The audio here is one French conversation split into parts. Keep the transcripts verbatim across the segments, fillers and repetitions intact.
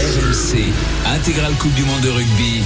R M C, intégrale Coupe du Monde de rugby.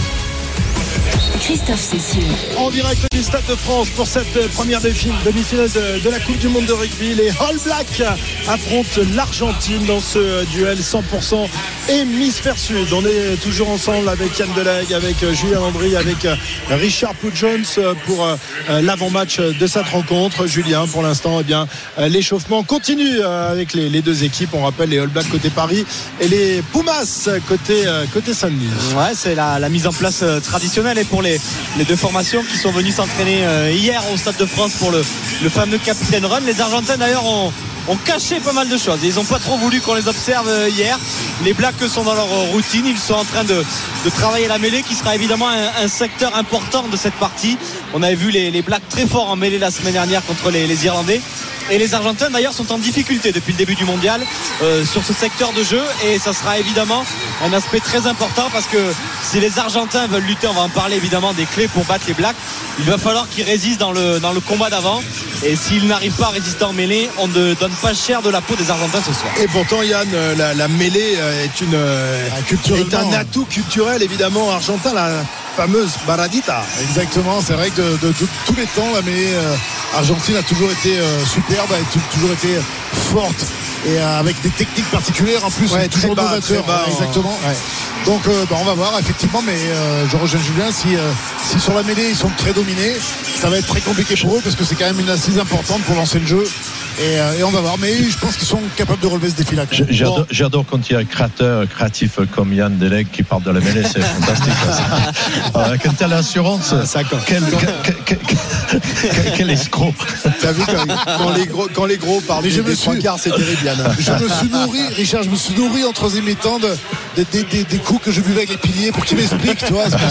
Christophe Cessieux. En direct du Stade de France pour cette première demi-finale de, de la Coupe du Monde de rugby. Les All Blacks affrontent l'Argentine dans ce duel cent pour cent hémisphère sud. On est toujours ensemble avec Yann Delague, avec Julien Landry, avec Richard Pout-Jones pour l'avant-match de cette rencontre. Julien, pour l'instant, eh bien, l'échauffement continue avec les, les deux équipes. On rappelle les All Blacks côté Paris et les Pumas côté, côté Saint-Denis. Ouais, c'est la, la mise en place traditionnelle et pour les les deux formations qui sont venues s'entraîner hier au Stade de France pour le, le fameux Capitaine Run. Les Argentins d'ailleurs ont, ont caché pas mal de choses. Ils n'ont pas trop voulu qu'on les observe hier. Les Blacks sont dans leur routine. Ils sont en train de, de travailler la mêlée qui sera évidemment un, un secteur important de cette partie. On avait vu les, les Blacks très forts en mêlée la semaine dernière contre les, les Irlandais. Et les Argentins d'ailleurs sont en difficulté depuis le début du mondial euh, sur ce secteur de jeu, et ça sera évidemment un aspect très important parce que si les Argentins veulent lutter, on va en parler évidemment des clés pour battre les Blacks, il va falloir qu'ils résistent dans le, dans le combat d'avant, et s'ils n'arrivent pas à résister en mêlée, on ne donne pas cher de la peau des Argentins ce soir. Et pourtant Yann, la, la mêlée est, une, est un atout culturel évidemment argentin, la fameuse baradita. Exactement, c'est vrai que de, de, de tous les temps la mêlée euh, argentine a toujours été euh, superbe, a t- toujours été forte et euh, avec des techniques particulières en plus, ouais, toujours bas, novateur, bas, ouais, exactement. Ouais. Donc euh, bah, on va voir effectivement, mais euh, je rejoins Julien, si, euh, si sur la mêlée ils sont très dominés, ça va être très compliqué pour eux parce que c'est quand même une assise importante pour lancer le jeu. Et, euh, et on va voir, mais je pense qu'ils sont capables de relever ce défi-là. J'adore, bon. j'adore quand il y a un créateur créatif comme Yann Delague qui parle de la mêlée, c'est fantastique. Alors, quelle telle assurance, ah, quel, quel, quel, quel, quel escroc. T'as vu quand, quand, les gros, quand les gros parlent des, des trois quarts, c'est terrible, Yann. Je me suis nourri, Richard, je me suis nourri en troisième mi-temps de, de, de, de, des coups que je buvais avec les piliers pour qu'ils m'expliquent, tu vois, c'est pour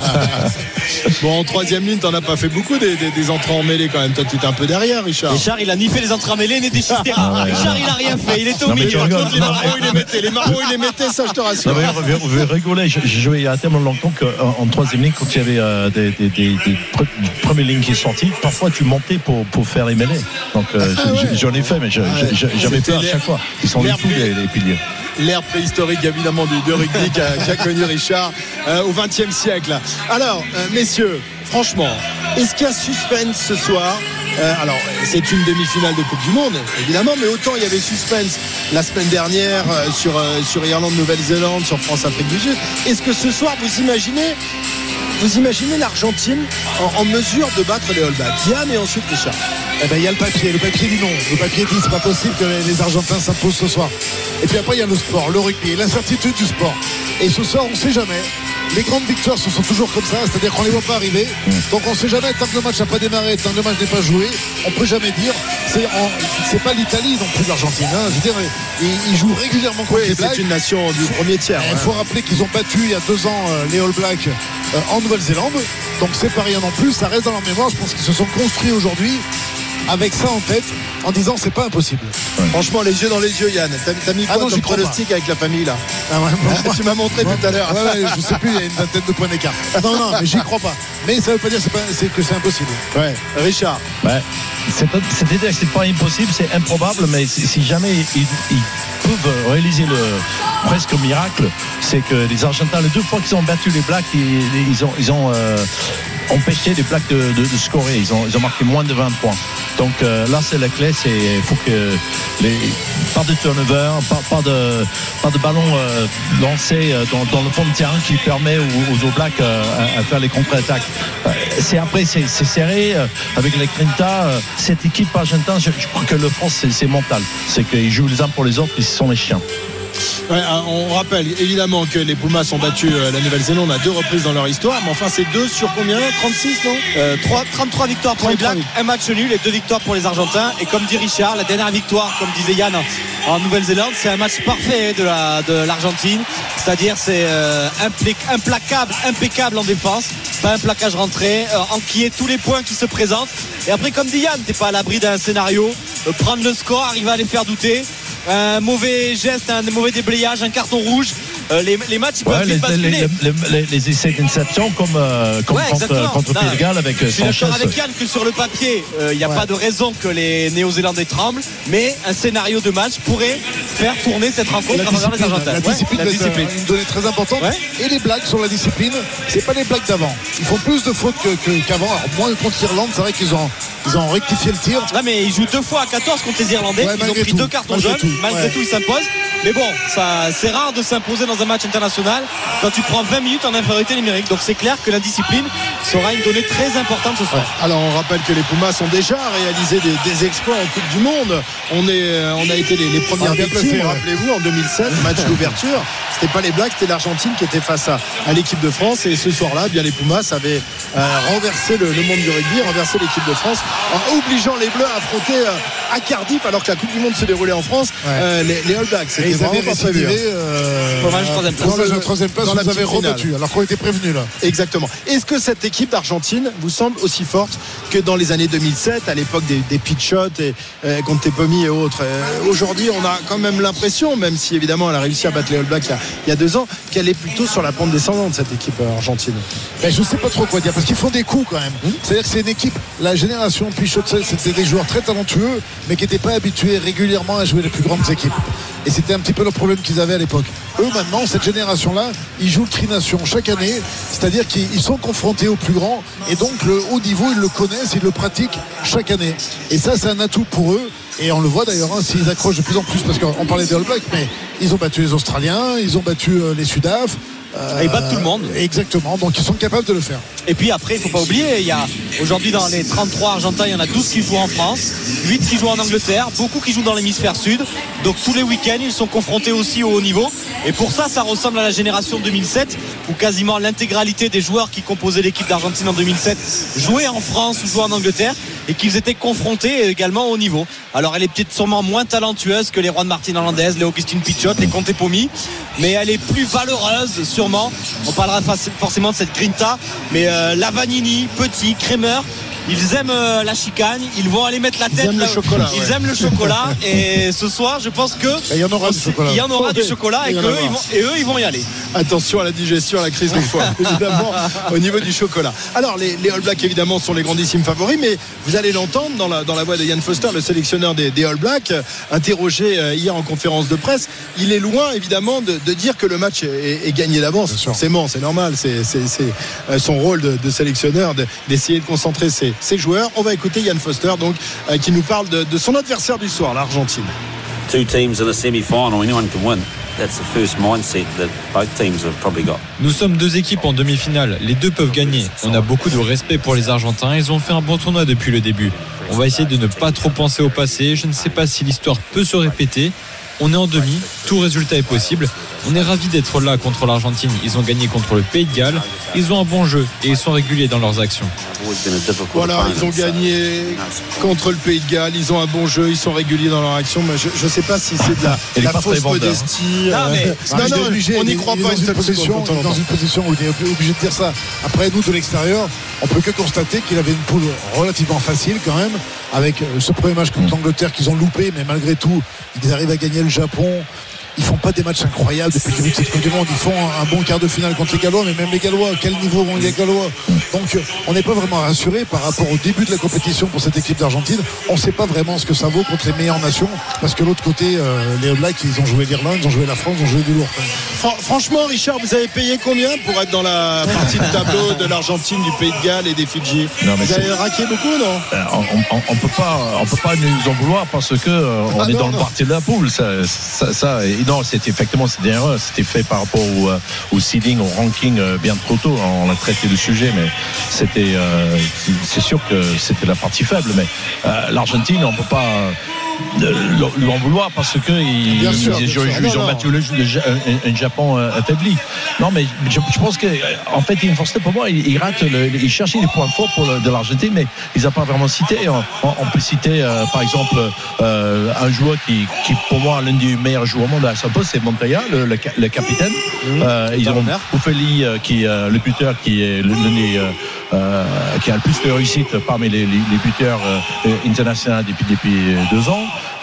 ça. Bon, en troisième ligne, t'en as pas fait beaucoup des, des, des entrées en mêlée quand même. Toi, tu étais un peu derrière, Richard. Richard, il a ni fait les entrées en mêlée, ni des Chistera. Ah, ouais, Richard, il a rien fait. Il était au non, milieu. Les marmots, il les mettait. Les marmots, il les mettait, ça, je te rassure. Non, mais, vous, vous rigolez. J'ai joué il y a tellement longtemps qu'en en troisième ligne, quand il y avait euh, des, des, des, des pre- premières lignes qui sont sorties, parfois tu montais pour, pour faire les mêlées. Donc, euh, ah, ouais. j'en ai fait, mais je, ah, je, j'avais peur à chaque fois. Ils sont les fous, les, les piliers. L'ère préhistorique évidemment du, du rugby qu'a, qu'a connu Richard euh, au vingtième siècle. Alors euh, messieurs, franchement, est-ce qu'il y a suspense ce soir? euh, Alors c'est une demi-finale de Coupe du Monde évidemment, mais autant il y avait suspense la semaine dernière euh, sur, euh, sur Irlande, Nouvelle-Zélande, sur France, Afrique du Sud. Est-ce que ce soir vous imaginez Vous imaginez l'Argentine en, en mesure de battre les All Blacks? Yann et ensuite Richard. Eh ben, il y a le papier, le papier dit non. Le papier dit c'est pas possible que les, les Argentins s'imposent ce soir. Et puis après il y a le sport, le rugby, l'incertitude du sport. Et ce soir on ne sait jamais. Les grandes victoires ce sont toujours comme ça, c'est-à-dire qu'on ne les voit pas arriver. Donc on ne sait jamais, tant que le match n'a pas démarré, tant que le match n'est pas joué, on ne peut jamais dire. C'est, en, c'est pas l'Italie non plus l'Argentine. Hein. Je veux dire, ils, ils jouent régulièrement contre oui, les Blacks. C'est une nation du premier tiers. Il faut rappeler qu'ils ont battu il y a deux ans euh, les All Blacks euh, en Nouvelle-Zélande. Donc c'est pas rien non plus, ça reste dans leur mémoire. Je pense qu'ils se sont construits aujourd'hui avec ça en tête, en disant c'est pas impossible. Ouais. Franchement, les yeux dans les yeux, Yann. T'as, t'as mis quoi ah non, comme pronostic avec la famille là? Ah ouais, bon, tu m'as montré ouais, tout à l'heure. Ouais, ouais, je sais plus, il y a une vingtaine de points d'écart. Non, non, mais j'y crois pas. Mais ça veut pas dire c'est pas, c'est que c'est impossible. Ouais. Richard. Ouais. C'est pas, c'est-à-dire que c'est pas impossible, c'est improbable, mais si, si jamais ils, ils peuvent réaliser le presque miracle, c'est que les Argentins, les deux fois qu'ils ont battu les Blacks, ils, ils ont, ils ont euh, empêché les Blacks de, de, de scorer. Ils ont, ils ont marqué moins de vingt points. Donc euh, là, c'est la clé. C'est il faut que les pas de turnover, pas, pas de pas de ballon euh, lancé dans, dans le fond de terrain qui permet aux, aux Blacks euh, à, à faire les contre-attaques. Euh, c'est après, c'est, c'est serré euh, avec les Grinta. Euh, cette équipe argentine, je, je crois que le France, c'est, c'est mental. C'est qu'ils jouent les uns pour les autres, ils sont les chiens. Ouais, on rappelle évidemment que les Pumas ont battu la Nouvelle-Zélande à deux reprises dans leur histoire, mais enfin c'est deux sur combien? trente-six non euh, trois, trente-trois victoires pour les Blacks, un match nul et deux victoires pour les Argentins. Et comme dit Richard, la dernière victoire, comme disait Yann, en Nouvelle-Zélande, c'est un match parfait de, la, de l'Argentine, c'est-à-dire c'est euh, implacable, impeccable en défense, pas un plaquage rentré, euh, enquiller tous les points qui se présentent. Et après, comme dit Yann, t'es pas à l'abri d'un scénario, euh, prendre le score, arriver à les faire douter. Un mauvais geste, un mauvais déblayage, un carton rouge, euh, les, les matchs ils peuvent Ouais, vite les, basculer. les, les, les, les essais d'inception comme, euh, comme Ouais, contre, contre Non, Pays de Galles avec je suis Sanchez. d'accord avec Yann que sur le papier, il euh, n'y a Ouais. pas de raison que les Néo-Zélandais tremblent, mais un scénario de match pourrait faire tourner cette rencontre La à travers les discipline, Argentins. la Ouais, discipline, la est discipline. une donnée très importante. Ouais. Et les blagues sur la discipline, c'est pas les blagues d'avant. Ils font plus de fautes que, que- qu'avant. Alors moins contre l'Irlande, c'est vrai qu'ils ont, ils ont rectifié le tir. Non mais ils jouent deux fois à quatorze contre les Irlandais. Ouais, ils ont malgré pris tout. deux cartons Malgré jaunes. tout. Malgré Ouais. tout, ils s'imposent. Mais bon, ça, c'est rare de s'imposer dans un match international quand tu prends vingt minutes en infériorité numérique. Donc c'est clair que la discipline sera une donnée très importante ce soir. Alors on rappelle que les Pumas ont déjà réalisé des, des exploits en Coupe du Monde. On, est, on a été les, les premières Ah, bien victimes, placé, ouais. rappelez-vous, en deux mille sept, match d'ouverture. C'était pas les Blacks, c'était l'Argentine qui était face à, à l'équipe de France. Et ce soir-là, eh bien les Pumas avaient euh, renversé le, le monde du rugby, renversé l'équipe de France, en obligeant les Bleus à affronter euh, à Cardiff, alors que la Coupe du Monde se déroulait en France, Ouais. euh, les, les All Blacks. Et C'était ils avaient vraiment pas prévu. récidivé. hein. Euh, Pour match troisième place. dans la troisième place, Dans on la nous avait petite finale. rebattu, alors qu'on était prévenus là. Exactement. Est-ce que cette équipe d'Argentine vous semble aussi forte que dans les années deux mille sept, à l'époque des, des pitch shots et euh, contre Tepomi et autres? Euh, Aujourd'hui, on a quand même l'impression, même si évidemment elle a réussi à battre les All Blacks il y a, il y a deux ans, qu'elle est plutôt sur la pente descendante, cette équipe euh, argentine. Ben, je sais pas trop quoi dire parce qu'ils font des coups quand même. C'est-à-dire que c'est une équipe, la génération Pichot, c'était des joueurs très talentueux mais qui n'étaient pas habitués régulièrement à jouer les plus grandes équipes. Et c'était un petit peu le problème qu'ils avaient à l'époque. Eux maintenant, cette génération-là, ils jouent le trination chaque année, c'est-à-dire qu'ils sont confrontés aux plus grands et donc le haut niveau, ils le connaissent, ils le pratiquent chaque année. Et ça, c'est un atout pour eux. Et on le voit d'ailleurs, hein, s'ils accrochent de plus en plus, parce qu'on parlait des All Blacks, mais ils ont battu les Australiens, ils ont battu euh, les Sudaf. Euh, Et ils battent tout le monde. Exactement, donc ils sont capables de le faire. Et puis après, il ne faut pas oublier, il y a aujourd'hui dans les trente-trois Argentins, il y en a douze qui jouent en France, huit qui jouent en Angleterre, beaucoup qui jouent dans l'hémisphère sud. Donc tous les week-ends, ils sont confrontés aussi au haut niveau. Et pour ça, ça ressemble à la génération deux mille sept, où quasiment l'intégralité des joueurs qui composaient l'équipe d'Argentine en deux mille sept jouaient en France ou jouaient en Angleterre, et qu'ils étaient confrontés également au haut niveau. Alors elle est peut-être sûrement moins talentueuse que les Juan Martín Hernandez, les Augustin Pichot, les Conte Pomi, mais elle est plus valeureuse sûrement. On parlera forcément de cette grinta, mais euh, Lavanini, Petit, Kremer, ils aiment euh, la chicane, ils vont aller mettre la tête. Ils aiment là, le chocolat, Ils ouais. aiment le chocolat. Et ce soir, je pense que il y en aura du chocolat. Il y en aura du Ouais, chocolat et, il y en qu'eux, aura. ils vont, et eux, ils vont y aller. Attention à la digestion, à la crise de foie, évidemment, au niveau du chocolat. Alors, les, les All Blacks, évidemment, sont les grandissimes favoris, mais vous allez l'entendre dans la, dans la voix de Ian Foster, le sélectionneur des, des All Blacks, euh, interrogé euh, hier en conférence de presse. Il est loin, évidemment, de, de dire que le match est, est- est gagné d'avance. Bien sûr. Forcément, c'est normal, c'est, c'est, c'est euh, son rôle de, de sélectionneur de- d'essayer de concentrer ses, ses joueurs. On va écouter Ian Foster, donc, euh, qui nous parle de, de son adversaire du soir, l'Argentine. Two teams in a semi-final, anyone can win. That's the first mindset that both teams have probably got. Nous sommes deux équipes en demi-finale, les deux peuvent gagner. On a beaucoup de respect pour les Argentins, ils ont fait un bon tournoi depuis le début. On va essayer de ne pas trop penser au passé, je ne sais pas si l'histoire peut se répéter. On est en demi, tout résultat est possible. On est ravis d'être là contre l'Argentine. Ils ont gagné contre le Pays de Galles. Ils ont un bon jeu et ils sont réguliers dans leurs actions. Voilà, ils ont gagné contre le Pays de Galles, ils ont un bon jeu, ils sont réguliers dans leur action, mais je ne sais pas si c'est de la, Et les la pas fausse très vendeurs. modestie. Non, mais- euh, Ah, il est non, obligé, on n'y il est- croit il est pas dans une une seule position, seconde, quand on il est dans l'entend. une position où il est obligé de dire ça. Après, nous de l'extérieur, on peut que constater qu'il avait une poule relativement facile quand même, avec euh, ce premier match contre l'Angleterre qu'ils ont loupé, mais malgré tout, ils arrivent à gagner le Japon. Ils font pas des matchs incroyables depuis le début de cette Coupe du Monde. Ils font un bon quart de finale contre les Gallois, mais même les Gallois, quel niveau vont les Gallois? Donc, on n'est pas vraiment rassuré par rapport au début de la compétition pour cette équipe d'Argentine. On ne sait pas vraiment ce que ça vaut contre les meilleures nations, parce que l'autre côté, euh, les All Blacks, ils ont joué l'Irlande, ils ont joué la France, ils ont joué du lourd. Fran- Franchement, Richard, vous avez payé combien pour être dans la partie de tableau de l'Argentine, du Pays de Galles et des Fidji? Non, mais Vous c'est- avez raqué beaucoup, non? Euh, on, on, on peut pas, on peut pas nous en vouloir parce que euh, on Ah est non, dans non. le parti de la poule. Ça, ça, ça et non, c'était effectivement c'était une erreur. C'était fait par rapport au, euh, au seeding, au ranking euh, bien trop tôt. On a traité le sujet, mais c'était, euh, c'est sûr que c'était la partie faible. Mais euh, l'Argentine, on peut pas euh, lui en vouloir parce que ils, Bien sûr, ils, bien sûr. ils- ils Non, ont non. battu le, le- un, un Japon euh, affaibli. Non, mais je, je pense que en fait, Ian Foster, pour moi, il, il rate, le, il cherchait les points forts pour le, de l'Argentine, mais il n'a pas vraiment cité. On, on peut citer, euh, par exemple, euh, un joueur qui, qui, pour moi, l'un des meilleurs joueurs au monde à son poste, c'est Montoya, le, le, le capitaine. Euh, ils ont Bouffeli, euh, qui euh, le buteur, qui est l'un des euh, euh, qui a le plus de réussite parmi les, les, les buteurs euh, internationaux depuis depuis deux ans.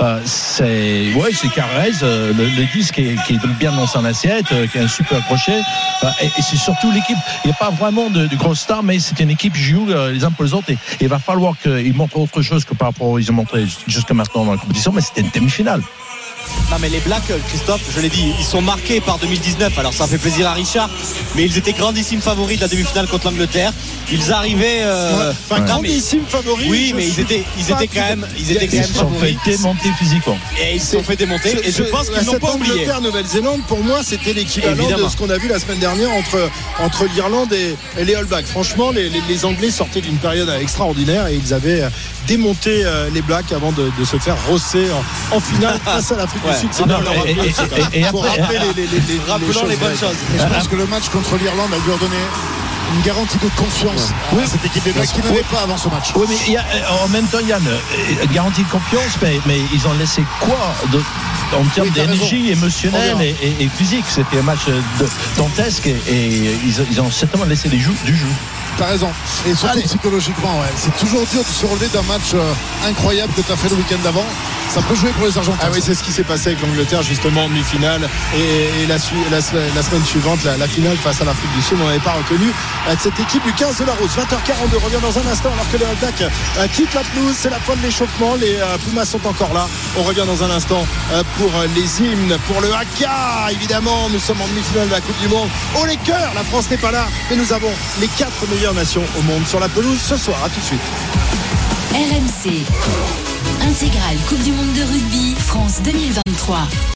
Euh, c'est ouais, c'est Carrez, euh, le, le disque qui est, qui est bien dans son assiette, euh, qui est un super crochet. Euh, et, et c'est surtout l'équipe. Il n'y a pas vraiment de, de grosses stars, mais c'est une équipe qui joue euh, les uns pour les autres. Et, et il va falloir qu'ils montrent autre chose que par rapport à ce qu'ils ont montré jusqu'à maintenant dans la compétition. Mais c'était une demi-finale. Non mais les Blacks, Christophe, je l'ai dit, ils sont marqués par deux mille dix-neuf. Alors ça fait plaisir à Richard, mais ils étaient grandissimes favoris de la demi-finale contre l'Angleterre. Ils arrivaient euh, ouais, enfin, ouais. grandissimes favoris. Oui, mais ils étaient, ils étaient quand même, ils étaient quand même ils sont favoris. fait démonter physiquement. Et ils se sont fait démonter. Et je pense qu'ils n'ont pas oublié. Angleterre, Nouvelle-Zélande, pour moi, c'était l'équivalent Évidemment. de ce qu'on a vu la semaine dernière entre entre l'Irlande et, et les All Blacks. Franchement, les, les, les Anglais sortaient d'une période extraordinaire et ils avaient démonté euh, les Blacks avant de, de se faire rosser en, en finale face à l'Afrique ouais. du Sud. C'est Non, leur et, et, et, et pour après, rappeler les, les, les, les, Rappelons les, choses les bonnes vraies. choses. Et je pense que le match contre l'Irlande a dû leur donner une garantie de confiance Oui. à cette équipe des Blacks qui n'avait pas avant ce match. Oui, mais il y a, en même temps, Yann, euh, garantie de confiance, mais, mais ils ont laissé quoi de, en termes Oui, t'as d'énergie raison. émotionnelle et, et, et physique? C'était un match de, dantesque et, et ils, ils ont certainement laissé des jou- du jeu. T'as raison. Et surtout Allez. psychologiquement, ouais. C'est toujours dur de se relever d'un match euh, incroyable que tu as fait le week-end d'avant. Ça peut jouer pour les Argentins. Ah oui, c'est ce qui s'est passé avec l'Angleterre justement en demi-finale et, et la, su- la, la semaine suivante la, la finale face à l'Afrique du Sud. On n'avait pas reconnu euh, cette équipe du quinze de la Rose. vingt heures quarante-deux revient dans un instant alors que les All Blacks euh, quittent la pelouse. C'est la fin de l'échauffement. Les euh, Pumas sont encore là. On revient dans un instant euh, pour euh, les hymnes, pour le haka. Évidemment, nous sommes en demi-finale de la Coupe du Monde. Oh les cœurs, la France n'est pas là, mais nous avons les quatre meilleures nations au monde sur la pelouse ce soir. À tout de suite. R M C. Intégrale Coupe du Monde de rugby France deux mille vingt-trois.